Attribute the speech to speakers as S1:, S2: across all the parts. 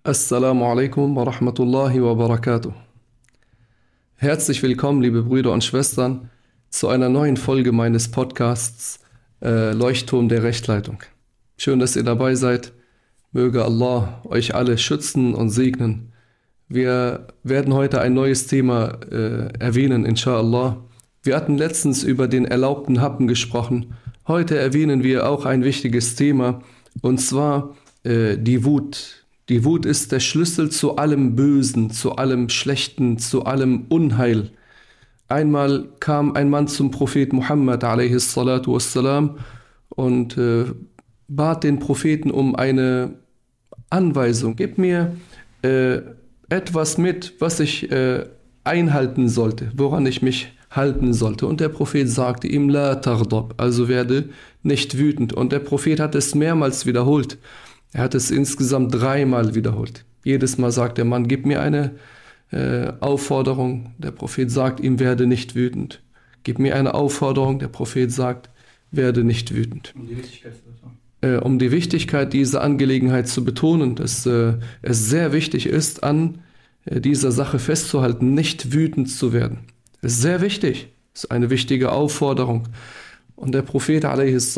S1: Assalamu alaikum wa rahmatullahi wa barakatuh. Herzlich willkommen, liebe Brüder und Schwestern, zu einer neuen Folge meines Podcasts Leuchtturm der Rechtleitung. Schön, dass ihr dabei seid. Möge Allah euch alle schützen und segnen. Wir werden heute ein neues Thema erwähnen, inshallah. Wir hatten letztens über den erlaubten Happen gesprochen. Heute erwähnen wir auch ein wichtiges Thema, und zwar die Wut. Die Wut ist der Schlüssel zu allem Bösen, zu allem Schlechten, zu allem Unheil. Einmal kam ein Mann zum Propheten Muhammad a.s. und bat den Propheten um eine Anweisung. Gib mir etwas mit, was ich einhalten sollte, woran ich mich halten sollte. Und der Prophet sagte ihm, La taghdab, also werde nicht wütend. Und der Prophet hat es mehrmals wiederholt. Er hat es insgesamt 3-mal wiederholt. Jedes Mal sagt der Mann, gib mir eine Aufforderung. Der Prophet sagt ihm, werde nicht wütend. Gib mir eine Aufforderung. Der Prophet sagt, werde nicht wütend. Um die Wichtigkeit dieser Angelegenheit zu betonen, dass es sehr wichtig ist, an dieser Sache festzuhalten, nicht wütend zu werden. Das ist sehr wichtig. Das ist eine wichtige Aufforderung. Und der Prophet a.s.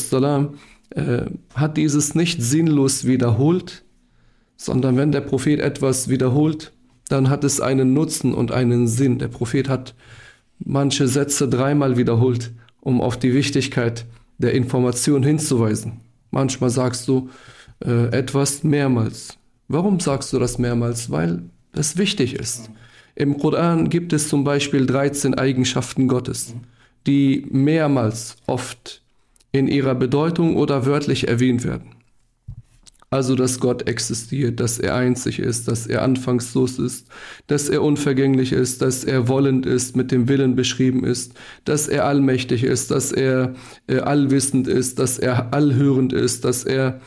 S1: Hat dieses nicht sinnlos wiederholt, sondern wenn der Prophet etwas wiederholt, dann hat es einen Nutzen und einen Sinn. Der Prophet hat manche Sätze 3-mal wiederholt, um auf die Wichtigkeit der Information hinzuweisen. Manchmal sagst du etwas mehrmals. Warum sagst du das mehrmals? Weil es wichtig ist. Im Koran gibt es zum Beispiel 13 Eigenschaften Gottes, die mehrmals oft in ihrer Bedeutung oder wörtlich erwähnt werden. Also, dass Gott existiert, dass er einzig ist, dass er anfangslos ist, dass er unvergänglich ist, dass er wollend ist, mit dem Willen beschrieben ist, dass er allmächtig ist, dass er allwissend ist, dass er allhörend ist, dass er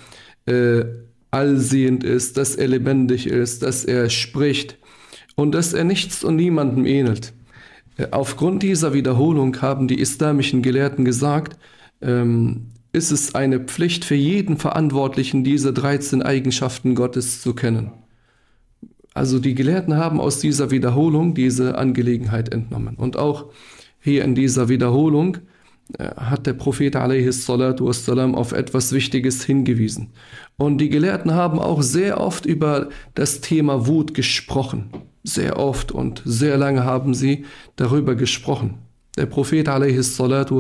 S1: allsehend ist, dass er lebendig ist, dass er spricht und dass er nichts und niemandem ähnelt. Aufgrund dieser Wiederholung haben die islamischen Gelehrten gesagt, ist es eine Pflicht für jeden Verantwortlichen, diese 13 Eigenschaften Gottes zu kennen. Also die Gelehrten haben aus dieser Wiederholung diese Angelegenheit entnommen. Und auch hier in dieser Wiederholung hat der Prophet a.s. auf etwas Wichtiges hingewiesen. Und die Gelehrten haben auch sehr oft über das Thema Wut gesprochen. Sehr oft und sehr lange haben sie darüber gesprochen. Der Prophet a.s.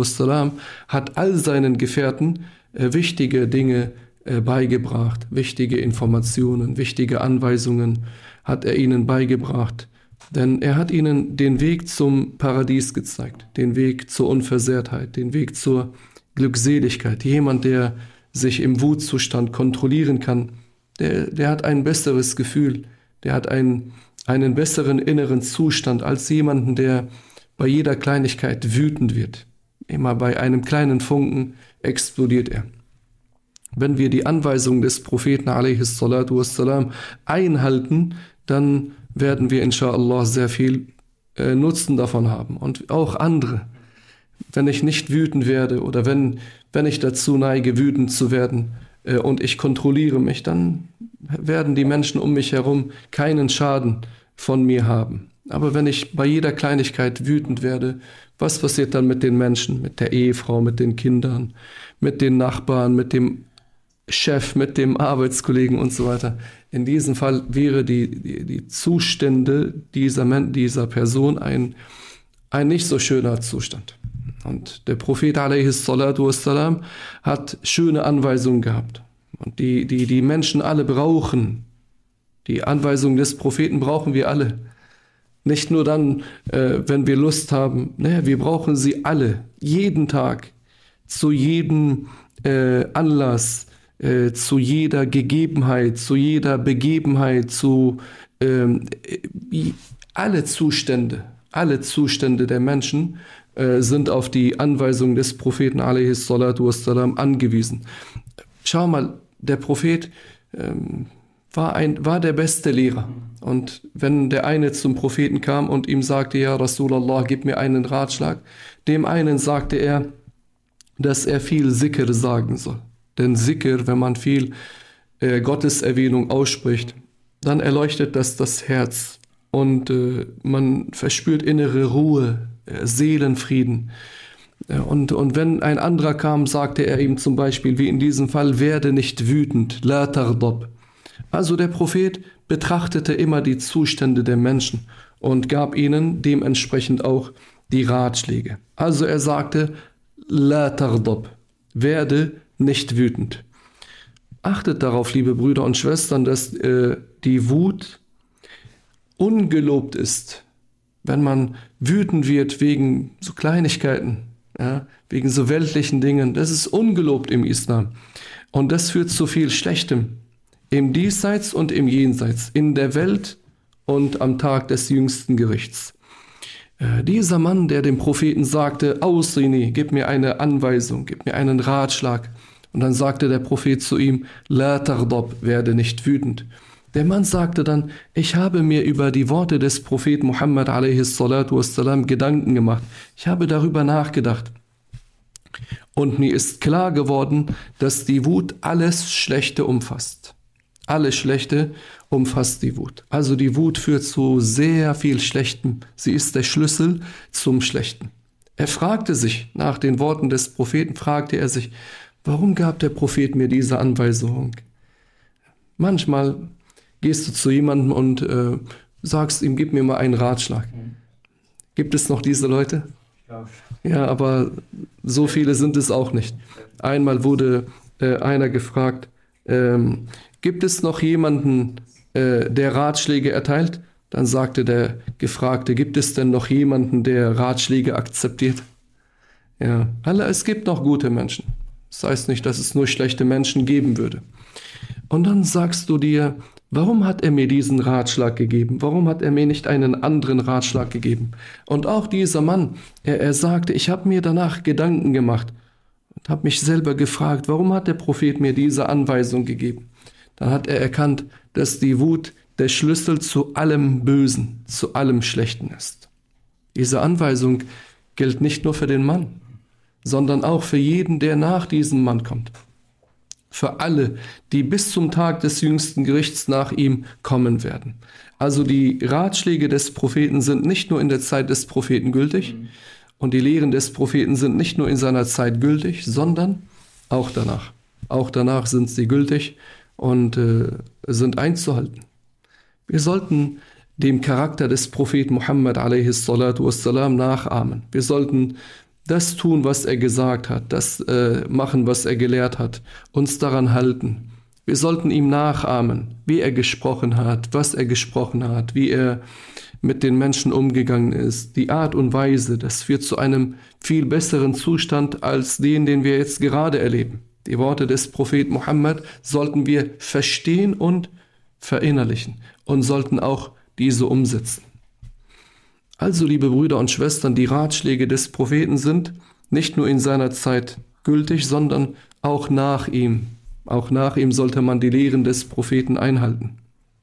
S1: hat all seinen Gefährten wichtige Dinge beigebracht, wichtige Informationen, wichtige Anweisungen hat er ihnen beigebracht. Denn er hat ihnen den Weg zum Paradies gezeigt, den Weg zur Unversehrtheit, den Weg zur Glückseligkeit. Jemand, der sich im Wutzustand kontrollieren kann, der hat ein besseres Gefühl, der hat einen besseren inneren Zustand als jemanden, der bei jeder Kleinigkeit wütend wird. Immer bei einem kleinen Funken explodiert er. Wenn wir die Anweisungen des Propheten a.s. einhalten, dann werden wir inshallah sehr viel Nutzen davon haben. Und auch andere. Wenn ich nicht wütend werde oder wenn ich dazu neige, wütend zu werden und ich kontrolliere mich, dann werden die Menschen um mich herum keinen Schaden von mir haben. Aber wenn ich bei jeder Kleinigkeit wütend werde, was passiert dann mit den Menschen, mit der Ehefrau, mit den Kindern, mit den Nachbarn, mit dem Chef, mit dem Arbeitskollegen und so weiter? In diesem Fall wäre die Zustände dieser Person ein nicht so schöner Zustand. Und der Prophet a.s. hat schöne Anweisungen gehabt. Und die Menschen alle brauchen. Die Anweisungen des Propheten brauchen wir alle. Nicht nur dann, wenn wir Lust haben. Wir brauchen sie alle, jeden Tag, zu jedem Anlass, zu jeder Gegebenheit, zu jeder Begebenheit, zu alle Zustände der Menschen sind auf die Anweisung des Propheten a.s. angewiesen. Schau mal, der Prophet war der beste Lehrer. Und wenn der eine zum Propheten kam und ihm sagte, ja Rasulallah, gib mir einen Ratschlag, dem einen sagte er, dass er viel Zikr sagen soll. Denn Zikr, wenn man viel Gotteserwähnung ausspricht, dann erleuchtet das Herz und man verspürt innere Ruhe, Seelenfrieden. Und wenn ein anderer kam, sagte er ihm zum Beispiel, wie in diesem Fall, werde nicht wütend, la taghdab. Also der Prophet betrachtete immer die Zustände der Menschen und gab ihnen dementsprechend auch die Ratschläge. Also er sagte, la taghdab, werde nicht wütend. Achtet darauf, liebe Brüder und Schwestern, dass die Wut ungelobt ist, wenn man wütend wird wegen so Kleinigkeiten, ja, wegen so weltlichen Dingen. Das ist ungelobt im Islam. Und das führt zu viel Schlechtem im Diesseits und im Jenseits, in der Welt und am Tag des jüngsten Gerichts. Dieser Mann, der dem Propheten sagte, Ausini, gib mir eine Anweisung, gib mir einen Ratschlag. Und dann sagte der Prophet zu ihm, La taghdab, werde nicht wütend. Der Mann sagte dann, ich habe mir über die Worte des Propheten Muhammad a.s. Gedanken gemacht. Ich habe darüber nachgedacht. Und mir ist klar geworden, dass die Wut alles Schlechte umfasst. Alles Schlechte umfasst die Wut. Also die Wut führt zu sehr viel Schlechtem. Sie ist der Schlüssel zum Schlechten. Er fragte sich, nach den Worten des Propheten, fragte er sich, warum gab der Prophet mir diese Anweisung? Manchmal gehst du zu jemandem und sagst ihm, gib mir mal einen Ratschlag. Gibt es noch diese Leute? Ja, aber so viele sind es auch nicht. Einmal wurde einer gefragt, gibt es noch jemanden, der Ratschläge erteilt? Dann sagte der Gefragte, gibt es denn noch jemanden, der Ratschläge akzeptiert? Ja, es gibt noch gute Menschen. Das heißt nicht, dass es nur schlechte Menschen geben würde. Und dann sagst du dir, warum hat er mir diesen Ratschlag gegeben? Warum hat er mir nicht einen anderen Ratschlag gegeben? Und auch dieser Mann, er sagte, ich habe mir danach Gedanken gemacht und habe mich selber gefragt, warum hat der Prophet mir diese Anweisung gegeben? Dann hat er erkannt, dass die Wut der Schlüssel zu allem Bösen, zu allem Schlechten ist. Diese Anweisung gilt nicht nur für den Mann, sondern auch für jeden, der nach diesem Mann kommt. Für alle, die bis zum Tag des jüngsten Gerichts nach ihm kommen werden. Also die Ratschläge des Propheten sind nicht nur in der Zeit des Propheten gültig und die Lehren des Propheten sind nicht nur in seiner Zeit gültig, sondern auch danach. Auch danach sind sie gültig und sind einzuhalten. Wir sollten dem Charakter des Propheten Muhammad a.s. nachahmen. Wir sollten das tun, was er gesagt hat, das machen, was er gelehrt hat, uns daran halten. Wir sollten ihm nachahmen, wie er gesprochen hat, was er gesprochen hat, wie er mit den Menschen umgegangen ist. Die Art und Weise, das führt zu einem viel besseren Zustand als den wir jetzt gerade erleben. Die Worte des Propheten Muhammad sollten wir verstehen und verinnerlichen und sollten auch diese umsetzen. Also, liebe Brüder und Schwestern, die Ratschläge des Propheten sind nicht nur in seiner Zeit gültig, sondern auch nach ihm. Auch nach ihm sollte man die Lehren des Propheten einhalten.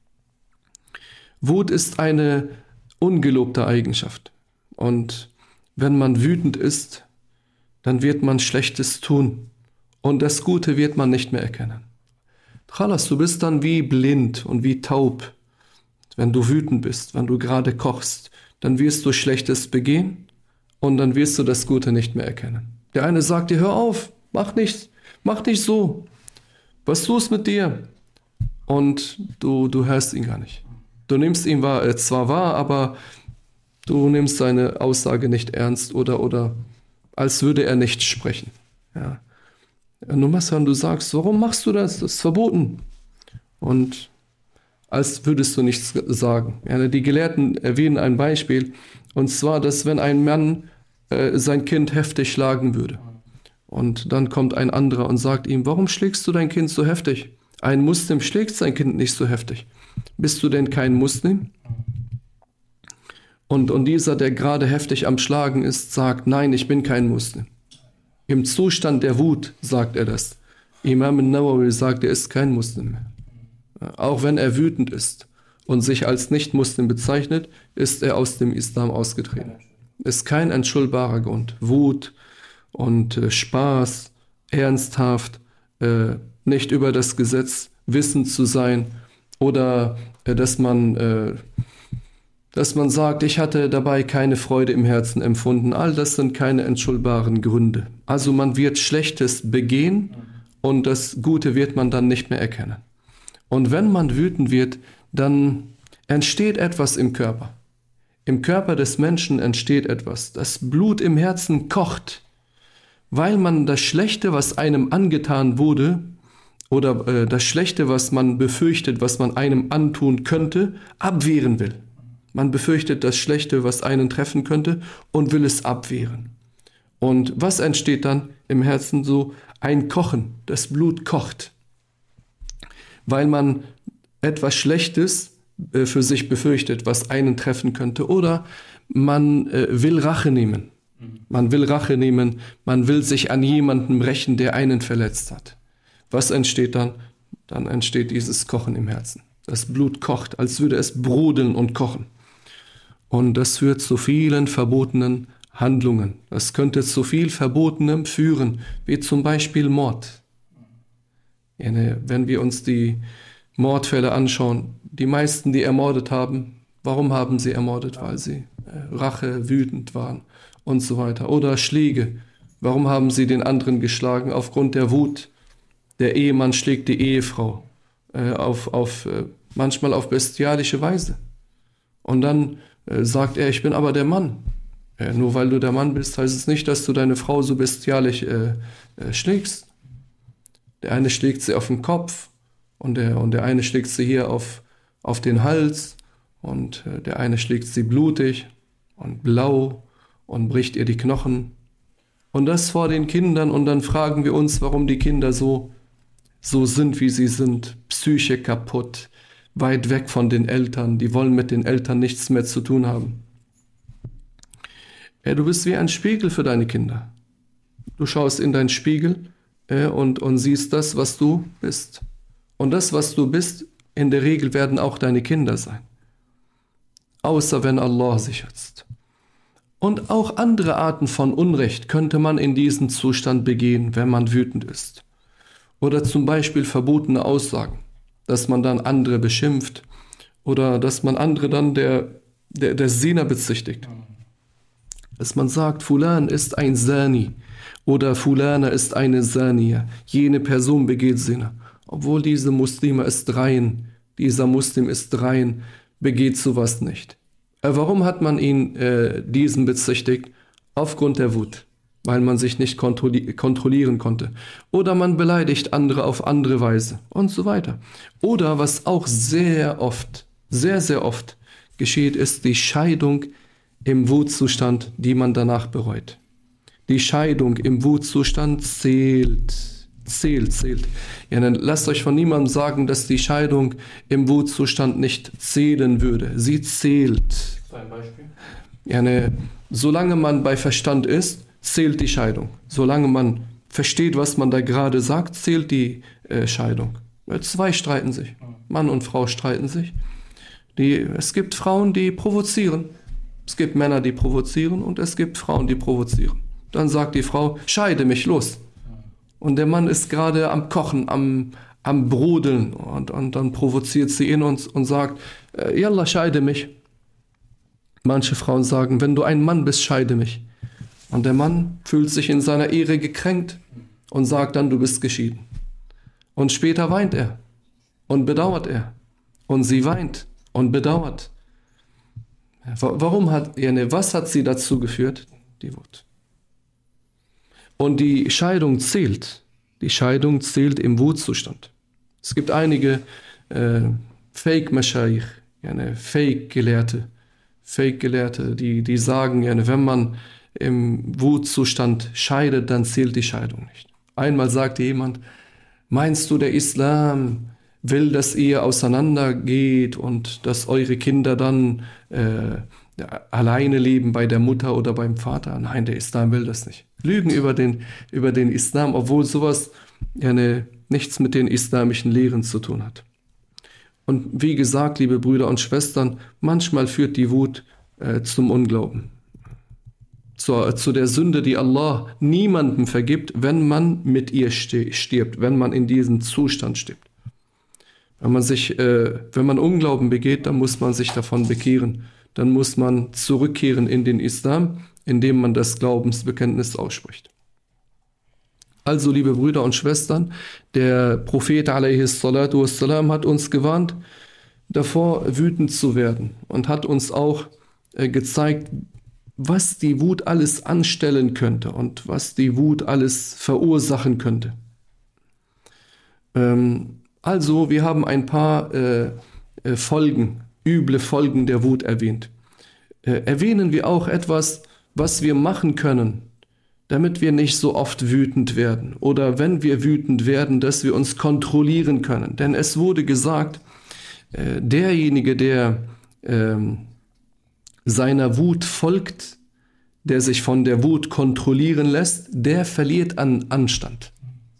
S1: Wut ist eine ungelobte Eigenschaft. Und wenn man wütend ist, dann wird man Schlechtes tun. Und das Gute wird man nicht mehr erkennen. Khalas, du bist dann wie blind und wie taub, wenn du wütend bist, wenn du gerade kochst. Dann wirst du Schlechtes begehen und dann wirst du das Gute nicht mehr erkennen. Der eine sagt dir, hör auf, mach nicht so. Was los mit dir? Und du hörst ihn gar nicht. Du nimmst ihn zwar wahr, aber du nimmst seine Aussage nicht ernst oder als würde er nicht sprechen. Ja. Du sagst, warum machst du das? Das ist verboten. Und als würdest du nichts sagen. Ja, die Gelehrten erwähnen ein Beispiel, und zwar, dass wenn ein Mann sein Kind heftig schlagen würde und dann kommt ein anderer und sagt ihm, warum schlägst du dein Kind so heftig? Ein Muslim schlägt sein Kind nicht so heftig. Bist du denn kein Muslim? Und dieser, der gerade heftig am Schlagen ist, sagt, nein, ich bin kein Muslim. Im Zustand der Wut sagt er das. Imam al-Nawawi sagt, er ist kein Muslim mehr. Auch wenn er wütend ist und sich als Nicht-Muslim bezeichnet, ist er aus dem Islam ausgetreten. Ist kein entschuldbarer Grund. Wut und Spaß, ernsthaft, nicht über das Gesetz wissend zu sein Oder dass man sagt, ich hatte dabei keine Freude im Herzen empfunden. All das sind keine entschuldbaren Gründe. Also man wird Schlechtes begehen und das Gute wird man dann nicht mehr erkennen. Und wenn man wütend wird, dann entsteht etwas im Körper. Im Körper des Menschen entsteht etwas. Das Blut im Herzen kocht, weil man das Schlechte, was einem angetan wurde, oder das Schlechte, was man befürchtet, was man einem antun könnte, abwehren will. Man befürchtet das Schlechte, was einen treffen könnte, und will es abwehren. Und was entsteht dann im Herzen? So ein Kochen. Das Blut kocht, weil man etwas Schlechtes für sich befürchtet, was einen treffen könnte. Oder man will Rache nehmen. Man will Rache nehmen, man will sich an jemandem rächen, der einen verletzt hat. Was entsteht dann? Dann entsteht dieses Kochen im Herzen. Das Blut kocht, als würde es brodeln und kochen. Und das führt zu vielen verbotenen Handlungen. Das könnte zu viel Verbotenem führen, wie zum Beispiel Mord. Wenn wir uns die Mordfälle anschauen, die meisten, die ermordet haben, warum haben sie ermordet? Weil sie Rache, wütend waren und so weiter. Oder Schläge. Warum haben sie den anderen geschlagen? Aufgrund der Wut. Der Ehemann schlägt die Ehefrau manchmal auf bestialische Weise. Und dann sagt er, ich bin aber der Mann. Nur weil du der Mann bist, heißt es nicht, dass du deine Frau so bestialisch schlägst. Der eine schlägt sie auf den Kopf und der eine schlägt sie hier auf den Hals und der eine schlägt sie blutig und blau und bricht ihr die Knochen. Und das vor den Kindern, und dann fragen wir uns, warum die Kinder so sind, wie sie sind, Psyche kaputt, weit weg von den Eltern, die wollen mit den Eltern nichts mehr zu tun haben. Du bist wie ein Spiegel für deine Kinder. Du schaust in deinen Spiegel und siehst das, was du bist. Und das, was du bist, in der Regel werden auch deine Kinder sein. Außer wenn Allah sie schützt. Und auch andere Arten von Unrecht könnte man in diesem Zustand begehen, wenn man wütend ist. Oder zum Beispiel verbotene Aussagen, dass man dann andere beschimpft oder dass man andere dann der Zina bezichtigt. Dass man sagt, Fulan ist ein Zani oder Fulana ist eine Zania. Jene Person begeht Zina. Obwohl dieser Muslim ist rein, begeht sowas nicht. Warum hat man ihn diesen bezichtigt? Aufgrund der Wut. Weil man sich nicht kontrollieren konnte. Oder man beleidigt andere auf andere Weise und so weiter. Oder was auch sehr oft, sehr, sehr oft geschieht, ist die Scheidung im Wutzustand, die man danach bereut. Die Scheidung im Wutzustand zählt. Ja, dann lasst euch von niemandem sagen, dass die Scheidung im Wutzustand nicht zählen würde. Sie zählt.
S2: Ein Beispiel?
S1: Ja, solange man bei Verstand ist, zählt die Scheidung. Solange man versteht, was man da gerade sagt, zählt die Scheidung. Zwei streiten sich. Mann und Frau streiten sich. Es gibt Frauen, die provozieren. Es gibt Männer, die provozieren, und es gibt Frauen, die provozieren. Dann sagt die Frau, scheide mich, los. Und der Mann ist gerade am Kochen, am Brodeln, und dann provoziert sie ihn und sagt, Yallah, scheide mich. Manche Frauen sagen, wenn du ein Mann bist, scheide mich. Und der Mann fühlt sich in seiner Ehre gekränkt und sagt dann, du bist geschieden. Und später weint er und bedauert er. Und sie weint und bedauert. Was hat sie dazu geführt? Die Wut. Und die Scheidung zählt. Die Scheidung zählt im Wutzustand. Es gibt einige Fake-Mashayikh, Fake-Gelehrte, die sagen, wenn man im Wutzustand scheidet, dann zählt die Scheidung nicht. Einmal sagte jemand, meinst du, der Islam will, dass ihr auseinandergeht und dass eure Kinder dann alleine leben bei der Mutter oder beim Vater? Nein, der Islam will das nicht. Lügen über den Islam, obwohl sowas nichts mit den islamischen Lehren zu tun hat. Und wie gesagt, liebe Brüder und Schwestern, manchmal führt die Wut zum Unglauben. Zu der Sünde, die Allah niemandem vergibt, wenn man mit ihr stirbt, wenn man in diesem Zustand stirbt. Wenn man Unglauben begeht, dann muss man sich davon bekehren. Dann muss man zurückkehren in den Islam, indem man das Glaubensbekenntnis ausspricht. Also, liebe Brüder und Schwestern, der Prophet a.s.w. hat uns gewarnt, davor wütend zu werden und hat uns auch gezeigt, was die Wut alles anstellen könnte und was die Wut alles verursachen könnte. Also, wir haben ein paar Folgen, üble Folgen der Wut erwähnt. Erwähnen wir auch etwas, was wir machen können, damit wir nicht so oft wütend werden. Oder wenn wir wütend werden, dass wir uns kontrollieren können. Denn es wurde gesagt, derjenige, der seiner Wut folgt, der sich von der Wut kontrollieren lässt, der verliert an Anstand.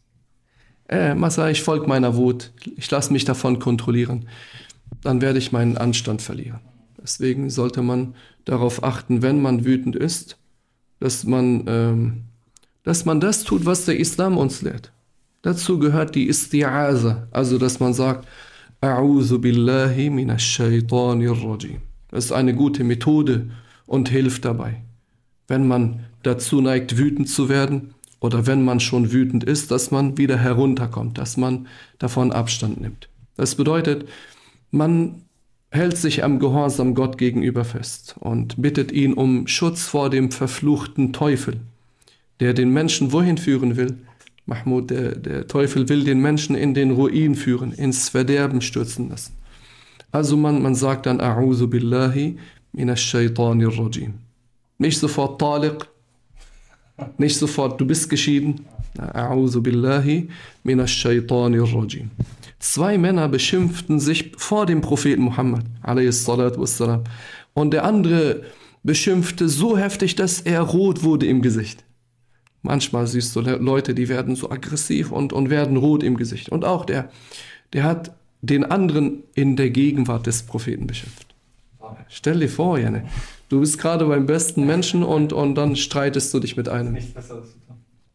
S1: Massa, ich folge meiner Wut, ich lasse mich davon kontrollieren, dann werde ich meinen Anstand verlieren. Deswegen sollte man darauf achten, wenn man wütend ist, dass man das tut, was der Islam uns lehrt. Dazu gehört die Isti'aza, also dass man sagt, A'udhu billahi minash shaitanir rajim. Das ist eine gute Methode und hilft dabei. Wenn man dazu neigt, wütend zu werden oder wenn man schon wütend ist, dass man wieder herunterkommt, dass man davon Abstand nimmt. Das bedeutet, man hält sich am Gehorsam Gott gegenüber fest und bittet ihn um Schutz vor dem verfluchten Teufel, der den Menschen wohin führen will. Mahmoud, der Teufel will den Menschen in den Ruin führen, ins Verderben stürzen lassen. Also man sagt dann, A'udhu billahi minash shaitanir rajim. Nicht sofort Taliq, nicht sofort, du bist geschieden. A'udhu billahi minash shaitanir rajim. 2 Männer beschimpften sich vor dem Propheten Muhammad, a.s.w. Und der andere beschimpfte so heftig, dass er rot wurde im Gesicht. Manchmal siehst du Leute, die werden so aggressiv und werden rot im Gesicht. Und auch der hat den anderen in der Gegenwart des Propheten beschimpft. Stell dir vor, Janne, du bist gerade beim besten Menschen und dann streitest du dich mit einem. Nichts Besseres zu tun.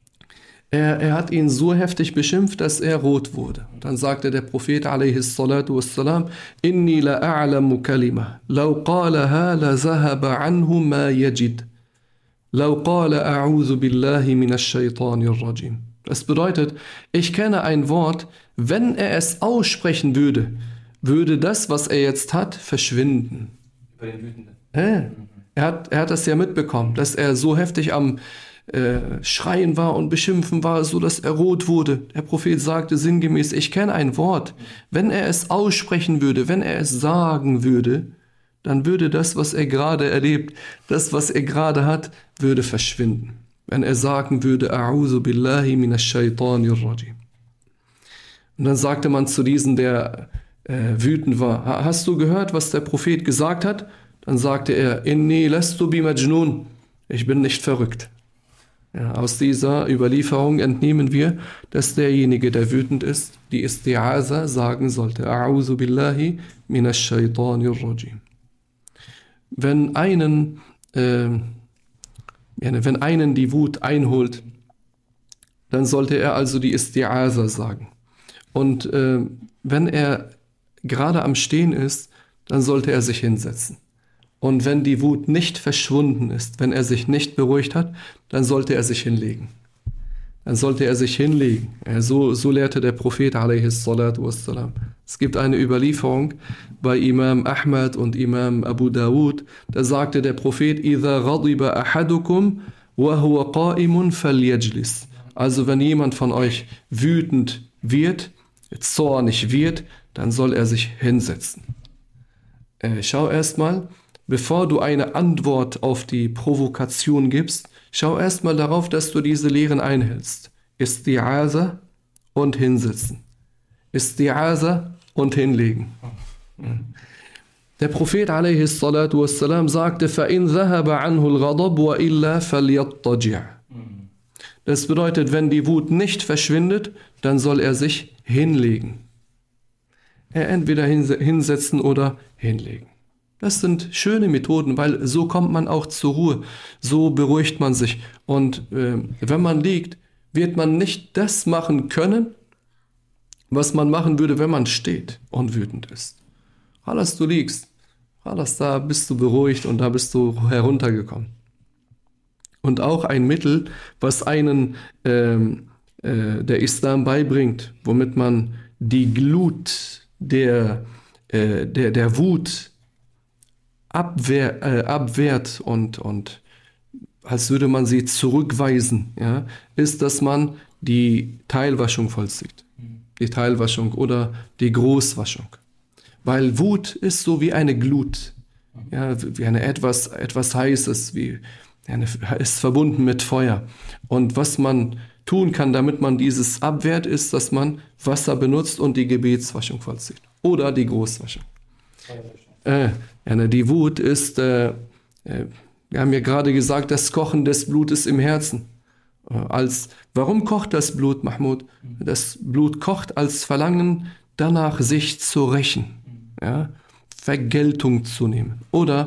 S1: Er hat ihn so heftig beschimpft, dass er rot wurde. Dann sagte der Prophet a.s.w. Inni la a'lamu kalima, law qalaha la zahaba anhu ma yajid. Law qala a'udhu billahi minash shaitanir rajim. Das bedeutet, ich kenne ein Wort, wenn er es aussprechen würde, würde das, was er jetzt hat, verschwinden. Über den Wütenden. Er hat das ja mitbekommen, dass er so heftig am Schreien war und Beschimpfen war, so dass er rot wurde. Der Prophet sagte sinngemäß, ich kenne ein Wort. Wenn er es aussprechen würde, wenn er es sagen würde, dann würde das, was er gerade erlebt, das, was er gerade hat, würde verschwinden. Wenn er sagen würde, A'udhu billahi minash shaitanir rajim. Und dann sagte man zu diesem, der wütend war, hast du gehört, was der Prophet gesagt hat? Dann sagte er, Inni lastu bi majnun, ich bin nicht verrückt. Ja, aus dieser Überlieferung entnehmen wir, dass derjenige, der wütend ist, die Isti'aza sagen sollte, A'udhu billahi minash shaitanir rajim. Wenn einen die Wut einholt, dann sollte er also die Isti'aza sagen. Und wenn er gerade am Stehen ist, dann sollte er sich hinsetzen. Und wenn die Wut nicht verschwunden ist, wenn er sich nicht beruhigt hat, dann sollte er sich hinlegen. Dann sollte er sich hinlegen. So lehrte der Prophet a.s.w. Es gibt eine Überlieferung bei Imam Ahmad und Imam Abu Dawud, da sagte der Prophet, إِذَا غَضِبَ أَحَدُكُمْ وَهُوَ قَائِمٌ فَلْيَجْلِسْ. Also wenn jemand von euch wütend wird, zornig wird, dann soll er sich hinsetzen. Schau erstmal, bevor du eine Antwort auf die Provokation gibst, schau erstmal darauf, dass du diese Lehren einhältst. Isti'aza und hinsitzen. Isti'aza und hinlegen. Der Prophet a.s. sagte, فَإِنْ ذَهَبَ عَنْهُ الْغَضَبُ وَإِلَّا فَلْيَضْطَجِعْ. Das bedeutet, wenn die Wut nicht verschwindet, dann soll er sich hinlegen. Er entweder hinsetzen oder hinlegen. Das sind schöne Methoden, weil so kommt man auch zur Ruhe, so beruhigt man sich. Und wenn man liegt, wird man nicht das machen können, was man machen würde, wenn man steht und wütend ist. Alles, du liegst. Alles, da bist du beruhigt und da bist du heruntergekommen. Und auch ein Mittel, was einen der Islam beibringt, womit man die Glut der Wut abwehrt und als würde man sie zurückweisen, ja, ist, dass man die Teilwaschung vollzieht. Die Teilwaschung oder die Großwaschung. Weil Wut ist so wie eine Glut, ja, wie etwas Heißes, ist verbunden mit Feuer. Und was man tun kann, damit man dieses abwehrt, ist, dass man Wasser benutzt und die Gebetswaschung vollzieht. Oder die Großwaschung. Die Wut ist, wir haben ja gerade gesagt, das Kochen des Blutes im Herzen. Warum kocht das Blut, Mahmoud? Das Blut kocht als Verlangen danach, sich zu rächen, ja? Vergeltung zu nehmen. Oder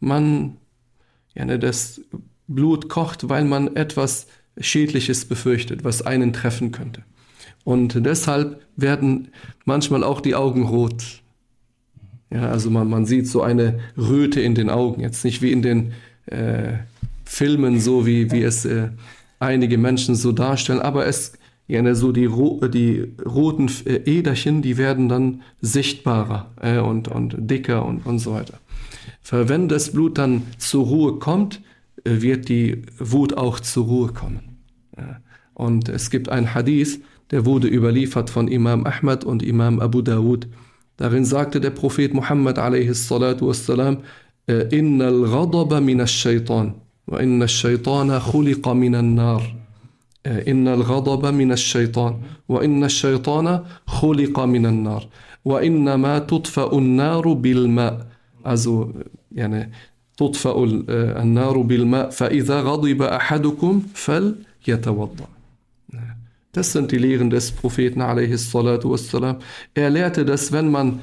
S1: das Blut kocht, weil man etwas Schädliches befürchtet, was einen treffen könnte. Und deshalb werden manchmal auch die Augen rot. Ja, also man sieht so eine Röte in den Augen. Jetzt nicht wie in den Filmen, so wie es einige Menschen so darstellen, aber so die roten Äderchen, die werden dann sichtbarer und dicker und so weiter. Wenn das Blut dann zur Ruhe kommt, wird die Wut auch zur Ruhe kommen. Ja. Und es gibt einen Hadith, der wurde überliefert von Imam Ahmad und Imam Abu Dawud. Darin sagte der Prophet Muhammad a.s. Inna al-ghadaba min ash-shaytan wa inna ash-shaytana khuliqa min an-nar. Inna al-ghadaba min ash-shaytan wa inna ash-shaytana khuliqa min an-nar. Wa inna ma tudfa'u an-naru bil-ma'. Also, تطفأ النار بالماء فإذا غضب أحدكم فليتوضأ. Das sind die Lehren des Propheten a.s. Er lehrte, dass wenn man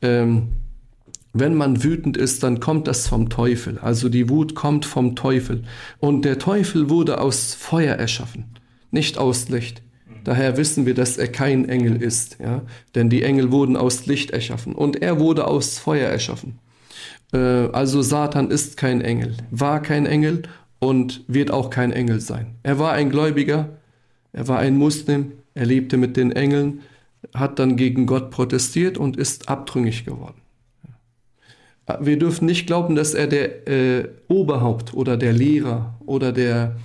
S1: wütend ist, dann kommt das vom Teufel. Also die Wut kommt vom Teufel. Und der Teufel wurde aus Feuer erschaffen, nicht aus Licht. Daher wissen wir, dass er kein Engel ist. Ja? Denn die Engel wurden aus Licht erschaffen. Und er wurde aus Feuer erschaffen. Also Satan ist kein Engel, war kein Engel und wird auch kein Engel sein. Er war ein Gläubiger, er war ein Muslim, er lebte mit den Engeln, hat dann gegen Gott protestiert und ist abtrünnig geworden. Wir dürfen nicht glauben, dass er der Oberhaupt oder der Lehrer oder der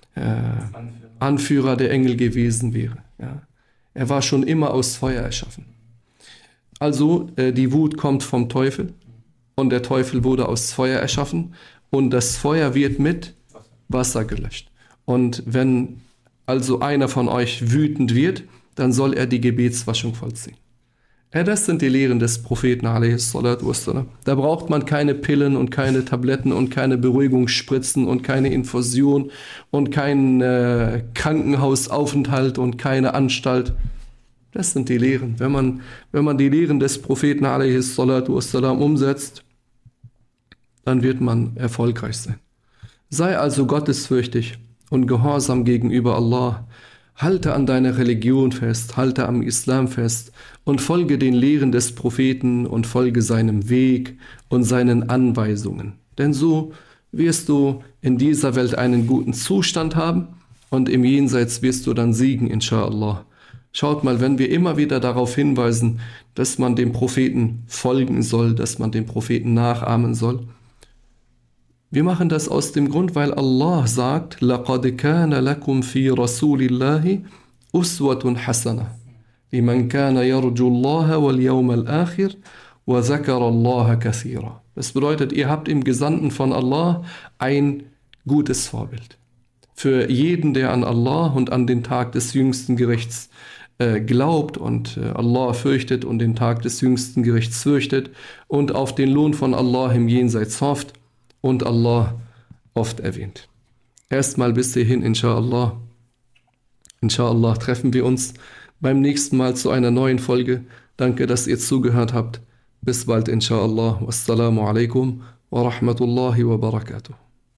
S1: Anführer der Engel gewesen wäre. Ja. Er war schon immer aus Feuer erschaffen. Also die Wut kommt vom Teufel. Und der Teufel wurde aus Feuer erschaffen und das Feuer wird mit Wasser gelöscht. Und wenn also einer von euch wütend wird, dann soll er die Gebetswaschung vollziehen. Das sind die Lehren des Propheten a.s. Da braucht man keine Pillen und keine Tabletten und keine Beruhigungsspritzen und keine Infusion und keinen Krankenhausaufenthalt und keine Anstalt. Das sind die Lehren. Wenn man die Lehren des Propheten a.s. umsetzt, dann wird man erfolgreich sein. Sei also gottesfürchtig und gehorsam gegenüber Allah. Halte an deiner Religion fest, halte am Islam fest und folge den Lehren des Propheten und folge seinem Weg und seinen Anweisungen. Denn so wirst du in dieser Welt einen guten Zustand haben und im Jenseits wirst du dann siegen, inshallah. Schaut mal, wenn wir immer wieder darauf hinweisen, dass man dem Propheten folgen soll, dass man dem Propheten nachahmen soll. Wir machen das aus dem Grund, weil Allah sagt, لَقَدْ كَانَ لَكُمْ فِي رَسُولِ اللَّهِ أُسْوَةٌ حَسَنَةٌ لِمَنْ كَانَ يَرْجُو اللَّهَ وَالْيَوْمَ الْآخِرِ وَذَكَرَ اللَّهَ كَثِيرًا. Das bedeutet, ihr habt im Gesandten von Allah ein gutes Vorbild. Für jeden, der an Allah und an den Tag des jüngsten Gerichts glaubt und Allah fürchtet und den Tag des jüngsten Gerichts fürchtet und auf den Lohn von Allah im Jenseits hofft und Allah oft erwähnt. Erstmal bis hierhin, inshallah. Inshallah treffen wir uns beim nächsten Mal zu einer neuen Folge. Danke, dass ihr zugehört habt. Bis bald, inshallah. Wassalamu alaikum wa rahmatullahi wa barakatuh.